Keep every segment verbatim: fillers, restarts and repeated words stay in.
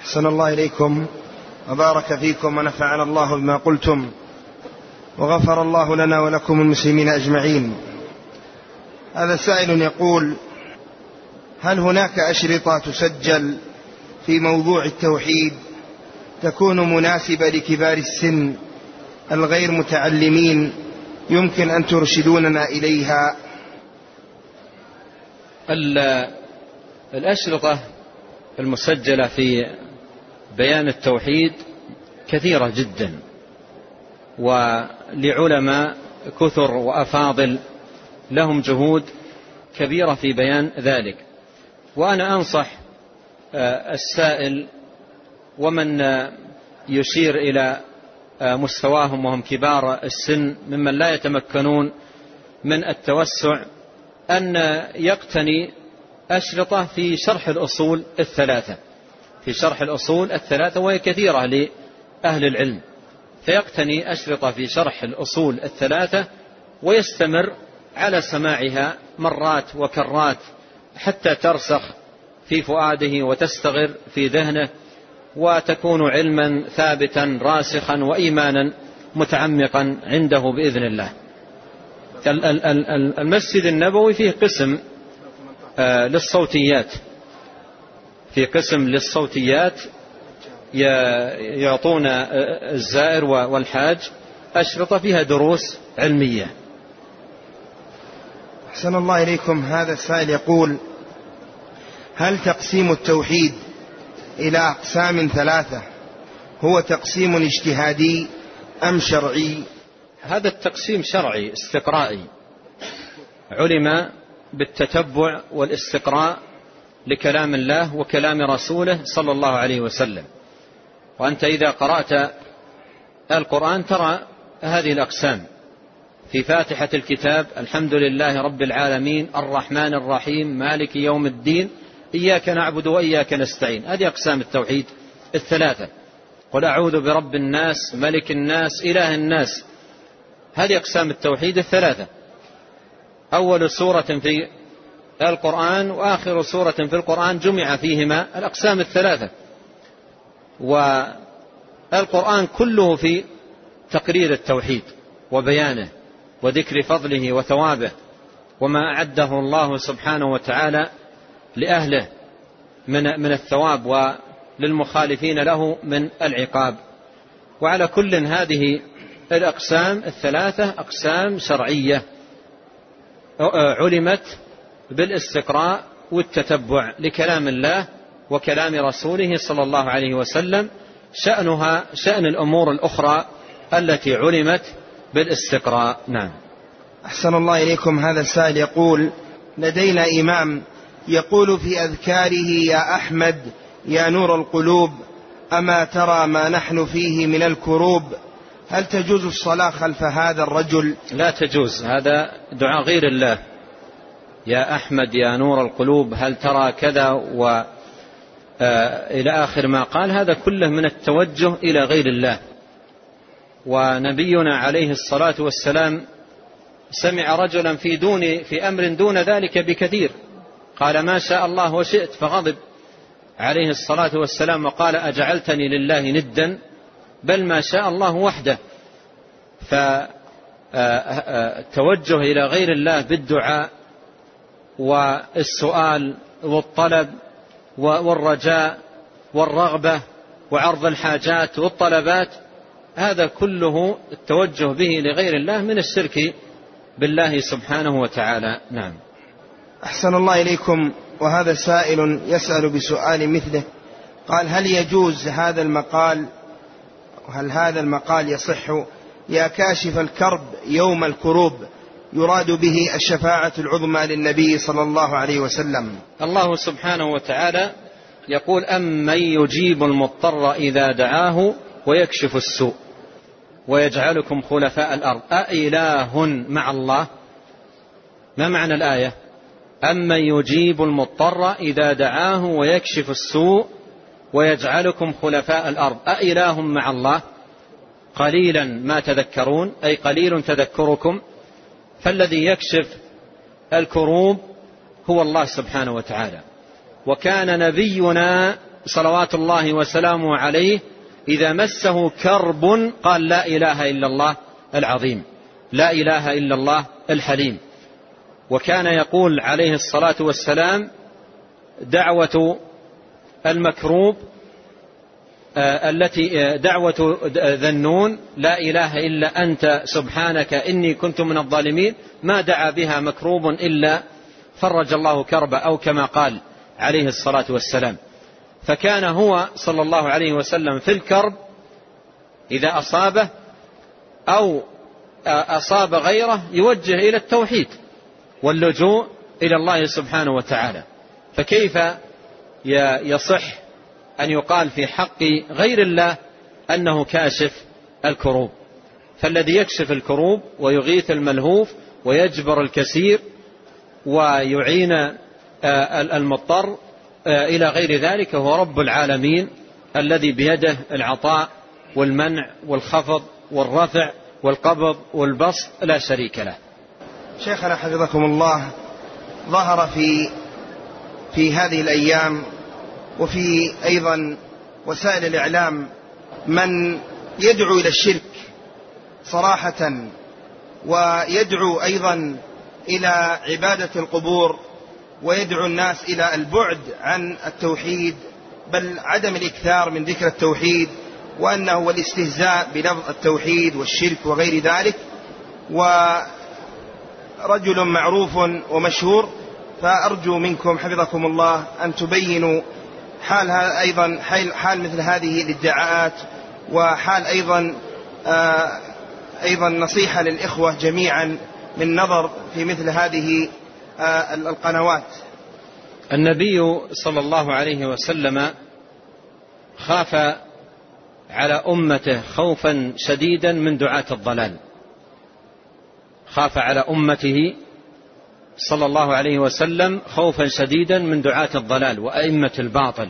أحسن الله إليكم وبارك فيكم ونفعنا الله بما قلتم وغفر الله لنا ولكم المسلمين أجمعين. هذا سائل يقول: هل هناك أشرطة تسجل في موضوع التوحيد تكون مناسبة لكبار السن الغير متعلمين يمكن أن ترشدوننا إليها؟ الأشرطة المسجلة في بيان التوحيد كثيرة جدا، ولعلماء كثر وأفاضل لهم جهود كبيرة في بيان ذلك. وأنا أنصح السائل ومن يشير إلى مستواهم وهم كبار السن ممن لا يتمكنون من التوسع أن يقتني أشرطة في شرح الأصول الثلاثة في شرح الأصول الثلاثة وهي كثيرة لأهل العلم، فيقتني أشرطة في شرح الأصول الثلاثة ويستمر على سماعها مرات وكرات حتى ترسخ في فؤاده وتستغر في ذهنه وتكون علما ثابتا راسخا وإيمانا متعمقا عنده بإذن الله. المسجد النبوي فيه قسم للصوتيات في قسم للصوتيات يعطون الزائر والحاج أشرطة فيها دروس علمية. أحسن الله إليكم. هذا السائل يقول: هل تقسيم التوحيد إلى أقسام ثلاثة هو تقسيم اجتهادي أم شرعي؟ هذا التقسيم شرعي استقرائي، علم بالتتبع والاستقراء لكلام الله وكلام رسوله صلى الله عليه وسلم. وأنت إذا قرأت القرآن ترى هذه الأقسام في فاتحة الكتاب: الحمد لله رب العالمين الرحمن الرحيم مالك يوم الدين إياك نعبد وإياك نستعين. هذه أقسام التوحيد الثلاثة. قل أعوذ برب الناس ملك الناس إله الناس. هذه أقسام التوحيد الثلاثة، أول سورة في القرآن وآخر سورة في القرآن جمع فيهما الأقسام الثلاثة. والقرآن كله في تقرير التوحيد وبيانه وذكر فضله وثوابه وما أعده الله سبحانه وتعالى لأهله من من الثواب وللمخالفين له من العقاب. وعلى كل هذه الأقسام الثلاثة أقسام شرعية علمت بالاستقراء والتتبع لكلام الله وكلام رسوله صلى الله عليه وسلم، شأنها شأن الأمور الأخرى التي علمت بالاستقراء. نعم. أحسن الله إليكم. هذا السائل يقول: لدينا إمام يقول في أذكاره: يا أحمد يا نور القلوب أما ترى ما نحن فيه من الكروب. هل تجوز الصلاة خلف هذا الرجل؟ لا تجوز، هذا دعاء غير الله. يا أحمد يا نور القلوب هل ترى كذا و إلى آخر ما قال، هذا كله من التوجه إلى غير الله. ونبينا عليه الصلاة والسلام سمع رجلا في دون في أمر دون ذلك بكثير، قال: ما شاء الله وشئت، فغضب عليه الصلاة والسلام وقال: أجعلتني لله ندا بل ما شاء الله وحده. فالتوجه إلى غير الله بالدعاء والسؤال والطلب والرجاء والرغبة وعرض الحاجات والطلبات، هذا كله التوجه به لغير الله من الشرك بالله سبحانه وتعالى. نعم. أحسن الله إليكم. وهذا سائل يسأل بسؤال مثله، قال: هل يجوز هذا المقال هل هذا المقال يصح: يا كاشف الكرب يوم الكروب، يراد به الشفاعة العظمى للنبي صلى الله عليه وسلم؟ الله سبحانه وتعالى يقول: أمن يجيب المضطر إذا دعاه ويكشف السوء ويجعلكم خلفاء الأرض أإله مع الله. ما معنى الآية؟ أمن يجيب المضطر إذا دعاه ويكشف السوء ويجعلكم خلفاء الأرض أإله مع الله. قليلا ما تذكرون، أي قليل تذكركم. فالذي يكشف الكروب هو الله سبحانه وتعالى. وكان نبينا صلوات الله وسلامه عليه إذا مسه كرب قال لا إله إلا الله العظيم، لا إله إلا الله الحليم. وكان يقول عليه الصلاة والسلام دعوة المكروب التي دعوة ذنون لا إله إلا أنت سبحانك إني كنت من الظالمين، ما دعا بها مكروب إلا فرج الله كربه، أو كما قال عليه الصلاة والسلام. فكان هو صلى الله عليه وسلم في الكرب إذا أصابه أو أصاب غيره يوجه إلى التوحيد واللجوء إلى الله سبحانه وتعالى. فكيف يصح أن يقال في حق غير الله أنه كاشف الكروب؟ فالذي يكشف الكروب ويغيث الملهوف ويجبر الكثير ويعين المضطر إلى غير ذلك هو رب العالمين الذي بيده العطاء والمنع والخفض والرفع والقبض والبسط لا شريك له. شيخنا حفظكم الله، ظهر في في هذه الأيام وفي أيضا وسائل الإعلام من يدعو إلى الشرك صراحة، ويدعو أيضا إلى عبادة القبور، ويدعو الناس إلى البعد عن التوحيد بل عدم الإكثار من ذكر التوحيد، وأنه والاستهزاء بلفظ التوحيد والشرك وغير ذلك، ورجل معروف ومشهور. فأرجو منكم حفظكم الله أن تبينوا حال أيضا حال مثل هذه الادعاءات، وحال أيضا آه أيضا نصيحة للإخوة جميعا من نظر في مثل هذه آه القنوات. النبي صلى الله عليه وسلم خاف على أمته خوفا شديدا من دعاة الضلال، خاف على أمته صلى الله عليه وسلم خوفا شديدا من دعاة الضلال وأئمة الباطل.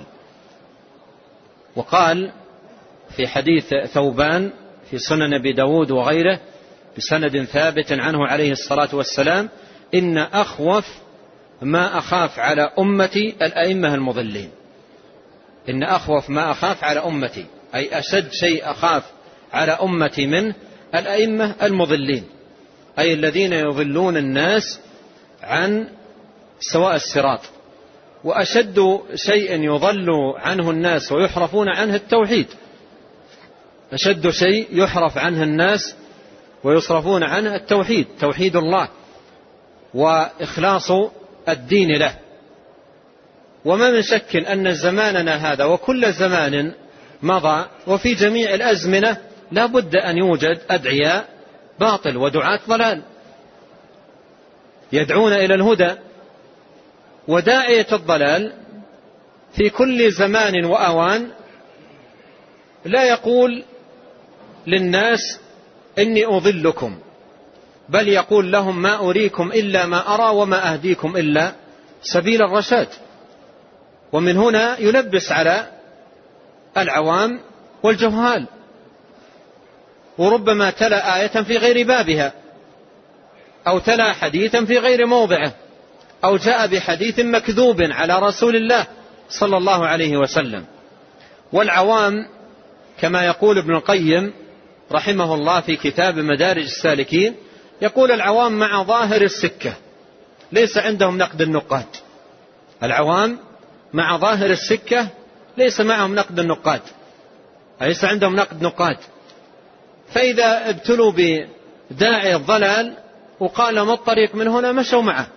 وقال في حديث ثوبان في سنن أبي داود وغيره بسند ثابت عنه عليه الصلاة والسلام: إن أخوف ما أخاف على أمتي الأئمة المضلين. إن أخوف ما أخاف على أمتي، أي أشد شيء أخاف على أمتي منه الأئمة المضلين، أي الذين يضلون الناس عن سواء الصراط. وأشد شيء يضل عنه الناس ويحرفون عنه التوحيد، أشد شيء يحرف عنه الناس ويصرفون عنه التوحيد، توحيد الله وإخلاص الدين له. وما من شك أن زماننا هذا وكل زمان مضى وفي جميع الأزمنة لا بد أن يوجد أدعياء باطل ودعاة ضلال يدعون إلى الهدى. وداعية الضلال في كل زمان وأوان لا يقول للناس إني أضلكم، بل يقول لهم ما أريكم إلا ما أرى وما أهديكم إلا سبيل الرشاد. ومن هنا يلبس على العوام والجهال، وربما تلا آية في غير بابها، أو تلا حديثا في غير موضعه، أو جاء بحديث مكذوب على رسول الله صلى الله عليه وسلم. والعوام كما يقول ابن القيم رحمه الله في كتاب مدارج السالكين، يقول العوام مع ظاهر السكة ليس عندهم نقد النقاد. العوام مع ظاهر السكة ليس معهم نقد النقاد، ليس عندهم نقد نقاد. فإذا ابتلوا بداعي الضلال وقال ما الطريق من هنا مشوا معه،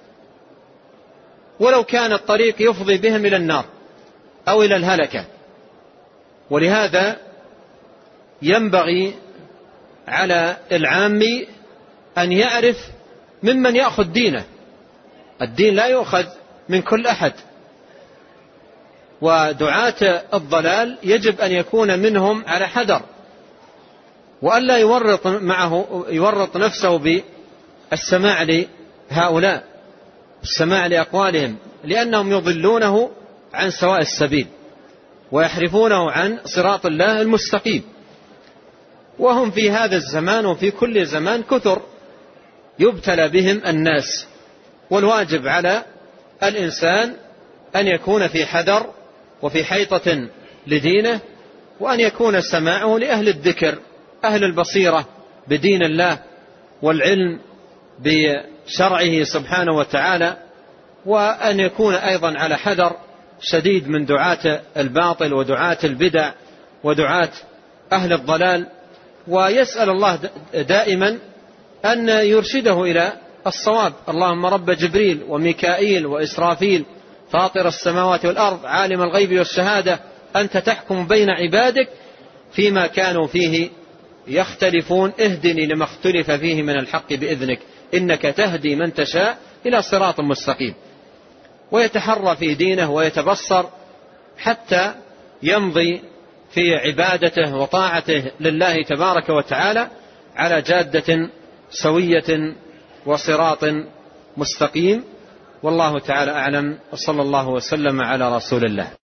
ولو كان الطريق يفضي بهم إلى النار أو إلى الهلكة. ولهذا ينبغي على العام أن يعرف ممن يأخذ دينه. الدين لا يؤخذ من كل أحد، ودعاة الضلال يجب أن يكون منهم على حذر، وألا يورط معه يورط نفسه بالسماع لهؤلاء، السماع لأقوالهم، لأنهم يضلونه عن سواء السبيل ويحرفونه عن صراط الله المستقيم. وهم في هذا الزمان وفي كل زمان كثر يبتلى بهم الناس، والواجب على الإنسان أن يكون في حذر وفي حيطة لدينه، وأن يكون سماعه لأهل الذكر أهل البصيرة بدين الله والعلم بشرعه سبحانه وتعالى، وأن يكون أيضا على حذر شديد من دعاة الباطل ودعاة البدع ودعاة أهل الضلال، ويسأل الله دائما أن يرشده إلى الصواب. اللهم رب جبريل وميكائيل وإسرافيل فاطر السماوات والأرض عالم الغيب والشهادة أنت تحكم بين عبادك فيما كانوا فيه يختلفون اهدني لما اختلف فيه من الحق بإذنك إنك تهدي من تشاء إلى صراط مستقيم، ويتحرى في دينه ويتبصر حتى يمضي في عبادته وطاعته لله تبارك وتعالى على جادة سوية وصراط مستقيم. والله تعالى أعلم، وصلى الله وسلم على رسول الله.